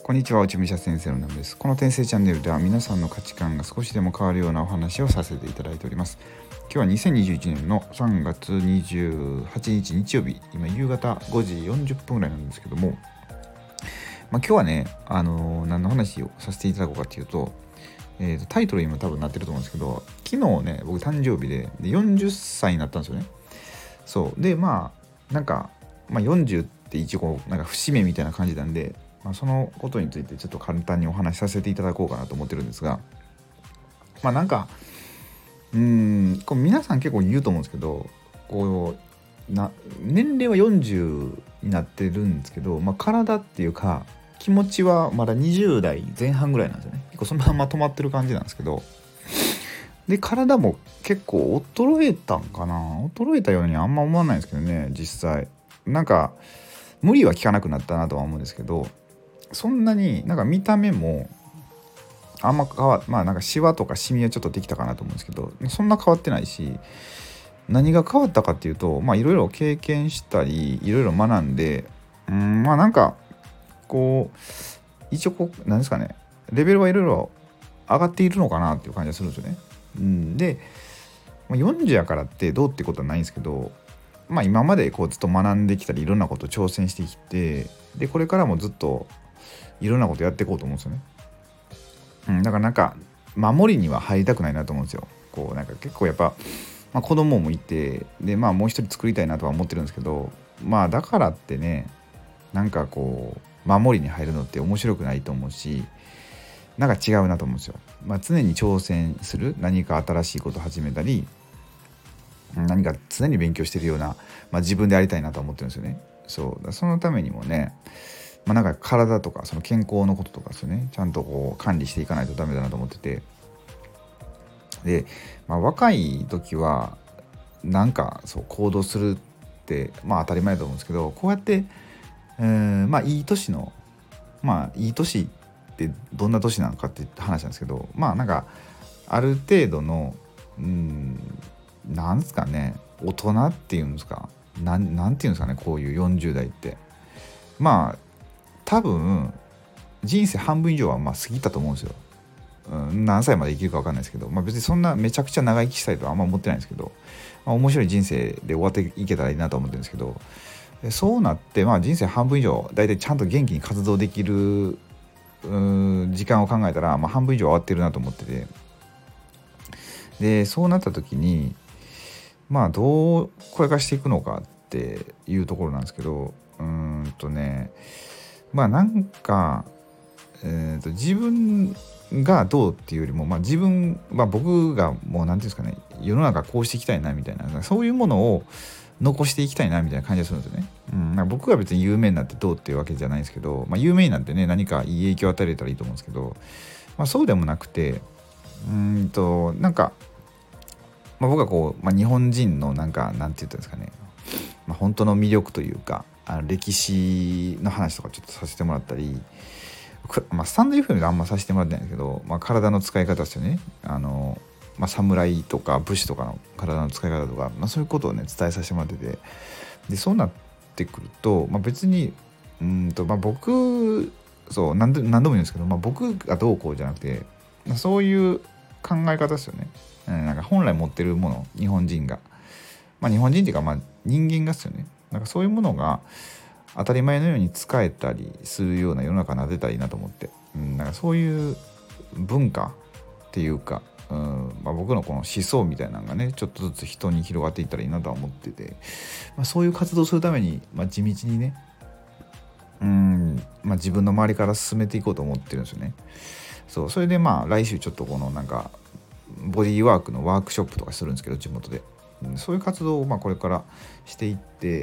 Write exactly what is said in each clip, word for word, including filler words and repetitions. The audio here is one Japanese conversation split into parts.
こんにちは、内武者先生のナムです。この転生チャンネルでは皆さんの価値観が少しでも変わるようなお話をさせていただいております。今日はにせんにじゅういちねんのさんがつにじゅうはちにち日曜日、今夕方ごじよんじゅっぷんぐらいなんですけども、まあ、今日はね、あのー、何の話をさせていただこうかというと、えーとタイトルにも多分なってると思うんですけど、昨日ね、僕誕生日で、でよんじゅっさいになったんですよね。そうで、まあなんか、まあ、よんじゅうって一応なんか節目みたいな感じなんで、まあ、そのことについてちょっと簡単にお話しさせていただこうかなと思ってるんですが、まあなんかうーんこう皆さん結構言うと思うんですけど、こうな年齢はよんじゅうになってるんですけど、まあ、体っていうか気持ちはまだにじゅうだいぜん半ぐらいなんですよね。結構そのまま止まってる感じなんですけど、で体も結構衰えたんかな衰えたようにあんま思わないんですけどね。実際なんか無理は効かなくなったなとは思うんですけど、そんなになんか見た目もあんま変わまあなんかシワとかシミはちょっとできたかなと思うんですけど、そんな変わってないし、何が変わったかっていうと、まあいろいろ経験したりいろいろ学んで、うーんまあなんかこう一応こうなんですかね、レベルはいろいろ上がっているのかなっていう感じがするんですよね。うん、でよんじゅうやからってどうってことはないんですけど、まあ今までこうずっと学んできたりいろんなことを挑戦してきて、でこれからもずっといろんなことやっていこうと思うんですよね。うん、だからなんか守りには入りたくないなと思うんですよ。こうなんか結構やっぱ、まあ、子供もいて、でまあもう一人作りたいなとは思ってるんですけど、まあだからってね、なんかこう守りに入るのって面白くないと思うし、なんか違うなと思うんですよ。まあ、常に挑戦する、何か新しいことを始めたり、何か常に勉強してるような、まあ、自分でありたいなと思ってるんですよね。そうだ、そのためにもね、まあ、なんか体とかその健康のこととかですよね、ちゃんとこう管理していかないとダメだなと思ってて、で、まあ、若い時はなんかそう行動するってまあ当たり前だと思うんですけど、こうやって、えー、まあいい年のまあいい年ってどんな年なのかって話なんですけど、まあなんかある程度のうーんなんですかね、大人っていうんですか、なんなんていうんですかね、こういうよんじゅう代ってまあ多分人生半分以上はまあ過ぎたと思うんですよ。うん、何歳まで生きるか分かんないですけど、まあ、別にそんなめちゃくちゃ長生きしたいとはあんま思ってないんですけど、まあ、面白い人生で終わっていけたらいいなと思ってるんですけど、そうなってまあ人生半分以上だいたいちゃんと元気に活動できる時間を考えたら、まあ、半分以上終わってるなと思ってて、でそうなった時にまあどうこれからしていくのかっていうところなんですけど、うーんとねまあなんか、えー、と自分がどうっていうよりも、まあ、自分、まあ、僕がもう何ていうんですかね、世の中こうしていきたいなみたいな、そういうものを残していきたいなみたいな感じがするんですよね。うん、なんか僕が別に有名になってどうっていうわけじゃないんですけど、まあ、有名になってね何かいい影響を与えれたらいいと思うんですけど、まあ、そうでもなくて、うーんとなんか、まあ、僕はこう、まあ、日本人のなんかなんて言ったんですかね、まあ、本当の魅力というか、あの歴史の話とかちょっとさせてもらったり、まあ、スタンド エフエム であんまさせてもらってないんですけど、まあ、体の使い方ですよね。あの、まあ、侍とか武士とかの体の使い方とか、まあ、そういうことをね伝えさせてもらってて、でそうなってくると、まあ、別にうんと、まあ、僕そう何度何度も言うんですけど、まあ、僕がどうこうじゃなくて、まあ、そういう考え方ですよね。うん、なんか本来持ってるもの、日本人が、まあ、日本人っていうかまあ人間がですよね。なんかそういうものが当たり前のように使えたりするような世の中になってたらいいなと思って、うん、なんかそういう文化っていうか、うんまあ、僕のこの思想みたいなのがねちょっとずつ人に広がっていったらいいなとは思ってて、まあ、そういう活動をするために、まあ、地道にね、うんまあ、自分の周りから進めていこうと思ってるんですよね。そうそれでまあ来週ちょっとこのなんかボディーワークのワークショップとかするんですけど、地元で、うん、そういう活動をまあこれからしていって、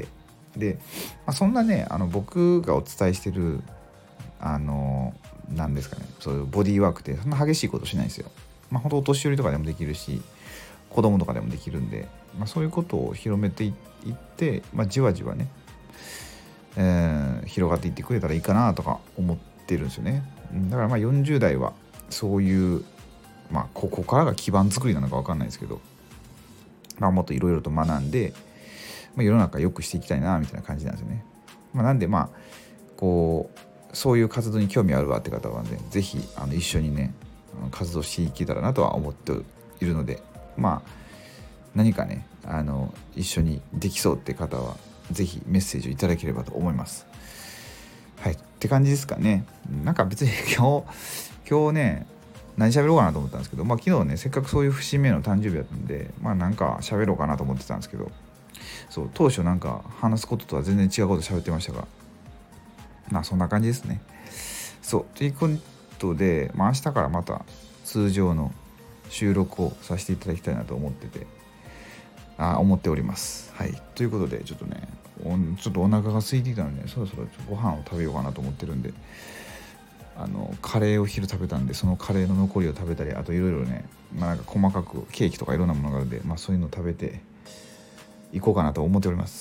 で、まあ、そんなねあの僕がお伝えしてるあのなんですかね、そういうボディーワークってそんな激しいことしないんですよ。まあ本当お年寄りとかでもできるし子供とかでもできるんで、まあ、そういうことを広めていって、まあ、じわじわね、えー、広がっていってくれたらいいかなとか思ってるんですよね。だからまあよんじゅう代はそういう、まあここからが基盤作りなのか分かんないですけど、まあ、もっといろいろと学んで、まあ、世の中良くしていきたいなみたいな感じなんですよね。まあ、なんでまあこうそういう活動に興味あるわって方はね、ぜひあの一緒にね活動していけたらなとは思っているので、まあ何かねあの一緒にできそうって方はぜひメッセージをいただければと思います。はいって感じですかね。なんか別に今日今日ね何喋ろうかなと思ったんですけど、まあ昨日ねせっかくそういう節目の誕生日だったんで、まあなんか喋ろうかなと思ってたんですけど、そう当初なんか話すこととは全然違うこと喋ってましたが、まあそんな感じですね。そうということで、まあ明日からまた通常の収録をさせていただきたいなと思ってて、あ思っております。はいということでちょっとねちょっとお腹が空いてきたので、そろそろご飯を食べようかなと思ってるんで、あのカレーを昼食べたんで、そのカレーの残りを食べたり、あといろいろね、まあ、なんか細かくケーキとかいろんなものがあるんで、まあ、そういうのを食べていこうかなと思っております。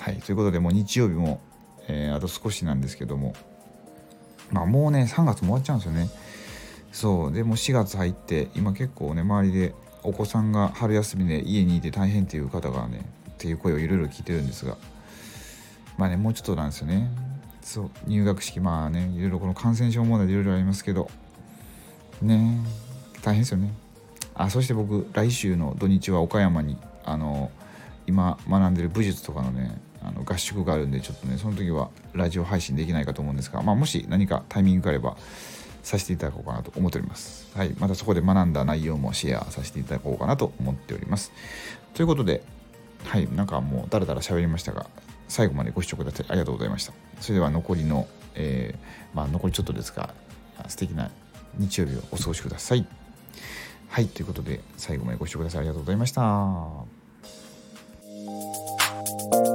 はいということで、もう日曜日も、えー、あと少しなんですけども、まあ、もうねさんがつも終わっちゃうんですよね。そうでもうしがつ入って、今結構ね周りでお子さんが春休みで家にいて大変っていう方がねっていう声をいろいろ聞いてるんですが、まあねもうちょっとなんですよね。そう入学式、まあねいろいろこの感染症問題でいろいろありますけどね、大変ですよね。あそして僕来週の土日は岡山にあの今学んでる武術とかのねあの合宿があるんで、ちょっとねその時はラジオ配信できないかと思うんですが、まあ、もし何かタイミングがあればさせていただこうかなと思っております。はい、またそこで学んだ内容もシェアさせていただこうかなと思っております。ということで、はい、なんかもうだらだら喋りましたが、最後までご視聴くださりありがとうございました。それでは残りの、えー、まあ残りちょっとですが、素敵な日曜日をお過ごしください。はい、ということで最後までご視聴くださりありがとうございました。